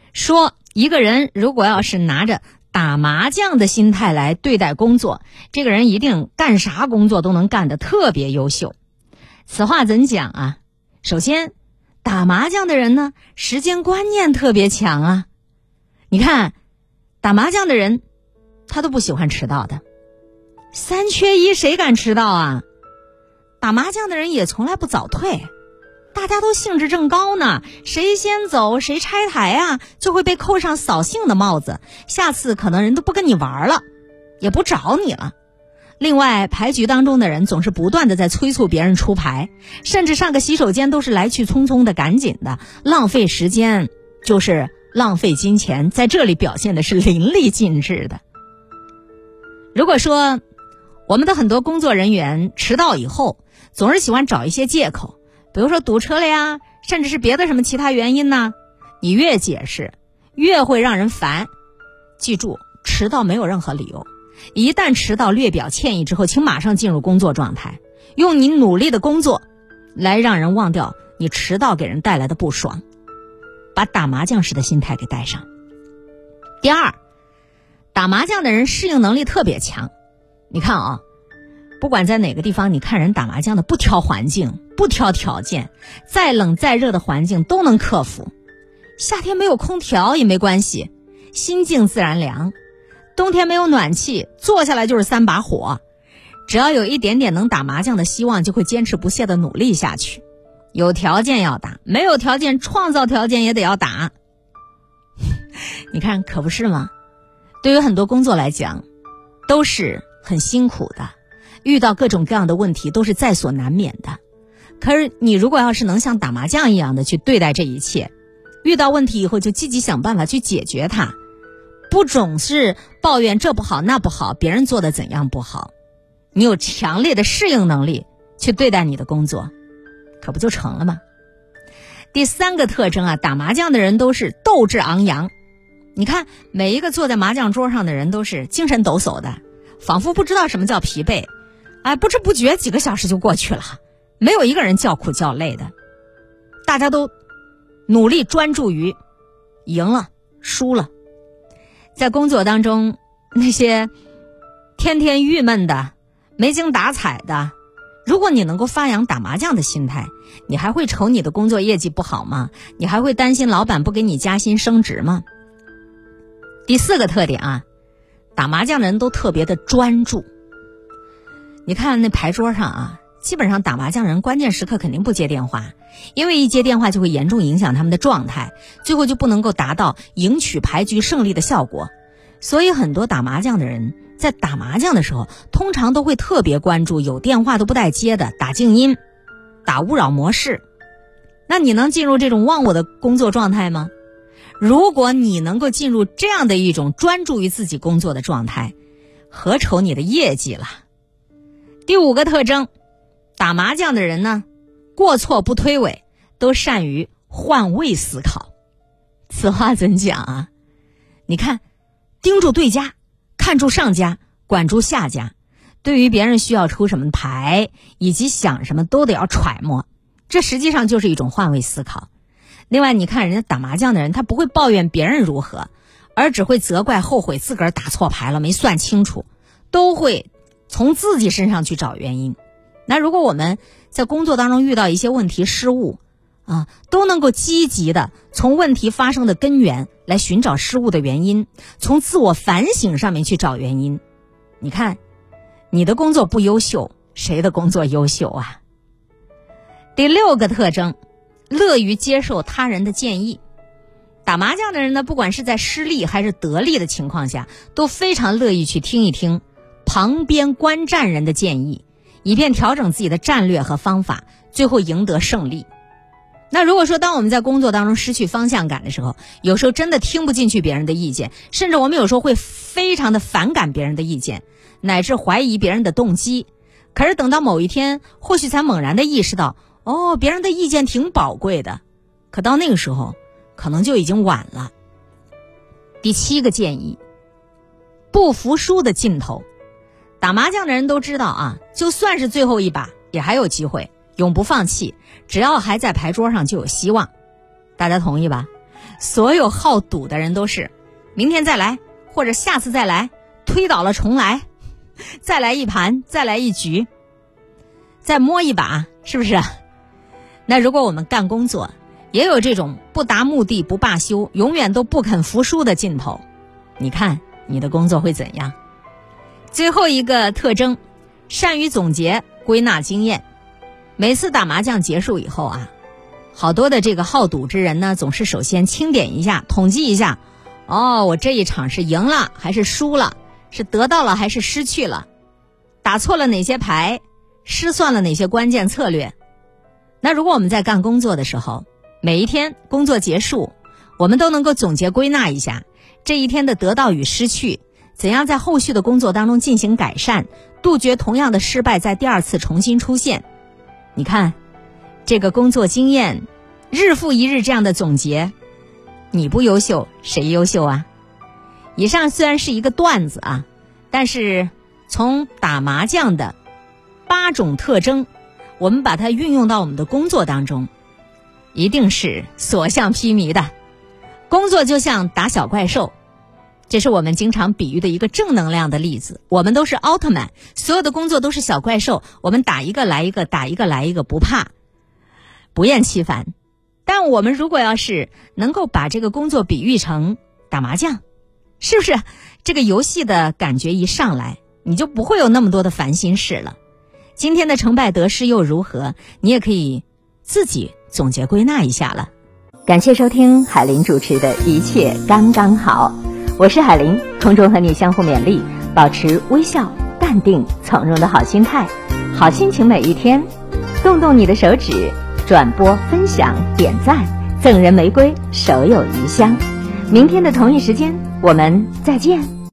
说一个人如果要是拿着打麻将的心态来对待工作，这个人一定干啥工作都能干得特别优秀。此话怎讲啊？首先，打麻将的人呢，时间观念特别强啊。你看，打麻将的人，他都不喜欢迟到的。3缺1，谁敢迟到啊？打麻将的人也从来不早退，大家都兴致正高呢，谁先走谁拆台啊，就会被扣上扫兴的帽子，下次可能人都不跟你玩了，也不找你了。另外，牌局当中的人总是不断的在催促别人出牌，甚至上个洗手间都是来去匆匆的赶紧的，浪费时间就是浪费金钱，在这里表现的是淋漓尽致的。如果说我们的很多工作人员迟到以后总是喜欢找一些借口，比如说堵车了呀，甚至是别的什么其他原因呢，你越解释越会让人烦。记住，迟到没有任何理由，一旦迟到略表歉意之后，请马上进入工作状态，用你努力的工作来让人忘掉你迟到给人带来的不爽，把打麻将时的心态给带上。第二，打麻将的人适应能力特别强。你看啊，不管在哪个地方，你看人打麻将的不挑环境不挑条件，再冷再热的环境都能克服。夏天没有空调也没关系，心静自然凉。冬天没有暖气，坐下来就是3把火。只要有一点点能打麻将的希望，就会坚持不懈地努力下去。有条件要打，没有条件创造条件也得要打。你看可不是吗？对于很多工作来讲都是很辛苦的，遇到各种各样的问题都是在所难免的。可是你如果要是能像打麻将一样的去对待这一切，遇到问题以后就积极想办法去解决它，不总是抱怨这不好那不好，别人做的怎样不好，你有强烈的适应能力去对待你的工作，可不就成了吗？第3个特征啊，打麻将的人都是斗志昂扬。你看每一个坐在麻将桌上的人都是精神抖擞的，仿佛不知道什么叫疲惫，不知不觉几个小时就过去了，没有一个人叫苦叫累的，大家都努力专注于赢了输了。在工作当中，那些天天郁闷的没精打采的，如果你能够发扬打麻将的心态，你还会愁你的工作业绩不好吗？你还会担心老板不给你加薪升职吗？第4个特点啊，打麻将的人都特别的专注。你看那牌桌上啊，基本上打麻将人关键时刻肯定不接电话，因为一接电话就会严重影响他们的状态，最后就不能够达到赢取牌局胜利的效果。所以很多打麻将的人在打麻将的时候通常都会特别关注，有电话都不带接的，打静音，打勿扰模式。那你能进入这种忘我的工作状态吗？如果你能够进入这样的一种专注于自己工作的状态，何愁你的业绩了。第5个特征，打麻将的人呢，过错不推诿，都善于换位思考。此话怎讲啊？你看，盯住对家，看住上家，管住下家，对于别人需要出什么牌以及想什么都得要揣摩，这实际上就是一种换位思考。另外你看人家打麻将的人，他不会抱怨别人如何，而只会责怪后悔自个儿打错牌了没算清楚，都会从自己身上去找原因。那如果我们在工作当中遇到一些问题失误都能够积极的从问题发生的根源来寻找失误的原因，从自我反省上面去找原因，你看你的工作不优秀，谁的工作优秀啊？第6个特征，乐于接受他人的建议。打麻将的人呢，不管是在失利还是得利的情况下，都非常乐意去听一听旁边观战人的建议，以便调整自己的战略和方法，最后赢得胜利。那如果说当我们在工作当中失去方向感的时候，有时候真的听不进去别人的意见，甚至我们有时候会非常的反感别人的意见，乃至怀疑别人的动机。可是等到某一天，或许才猛然的意识到，别人的意见挺宝贵的，可到那个时候可能就已经晚了。第7个建议，不服输的劲头。打麻将的人都知道啊，就算是最后一把也还有机会，永不放弃，只要还在牌桌上就有希望。大家同意吧？ 所有好赌的人都是明天再来，或者下次再来，推倒了重来，再来一盘，再来一局，再摸一把，是不是？那如果我们干工作也有这种不达目的不罢休，永远都不肯服输的劲头，你看你的工作会怎样？最后一个特征，善于总结归纳经验。每次打麻将结束以后啊，好多的这个好赌之人呢，总是首先清点一下，统计一下，我这一场是赢了还是输了，是得到了还是失去了，打错了哪些牌，失算了哪些关键策略。那如果我们在干工作的时候，每一天工作结束，我们都能够总结归纳一下这一天的得到与失去，怎样在后续的工作当中进行改善，杜绝同样的失败在第二次重新出现。你看这个工作经验日复一日这样的总结，你不优秀谁优秀啊？以上虽然是一个段子啊，但是从打麻将的8种特征，我们把它运用到我们的工作当中，一定是所向披靡的。工作就像打小怪兽，这是我们经常比喻的一个正能量的例子。我们都是奥特曼，所有的工作都是小怪兽，我们打一个来一个，打一个来一个，不怕，不厌其烦。但我们如果要是能够把这个工作比喻成打麻将，是不是这个游戏的感觉一上来，你就不会有那么多的烦心事了？今天的成败得失又如何，你也可以自己总结归纳一下了。 感谢收听海林主持的一切刚刚好，我是海林，空中和你相互勉励，保持微笑、淡定、从容的好心态，好心情每一天。动动你的手指，转播、分享、点赞，赠人玫瑰，手有余香。明天的同一时间，我们再见。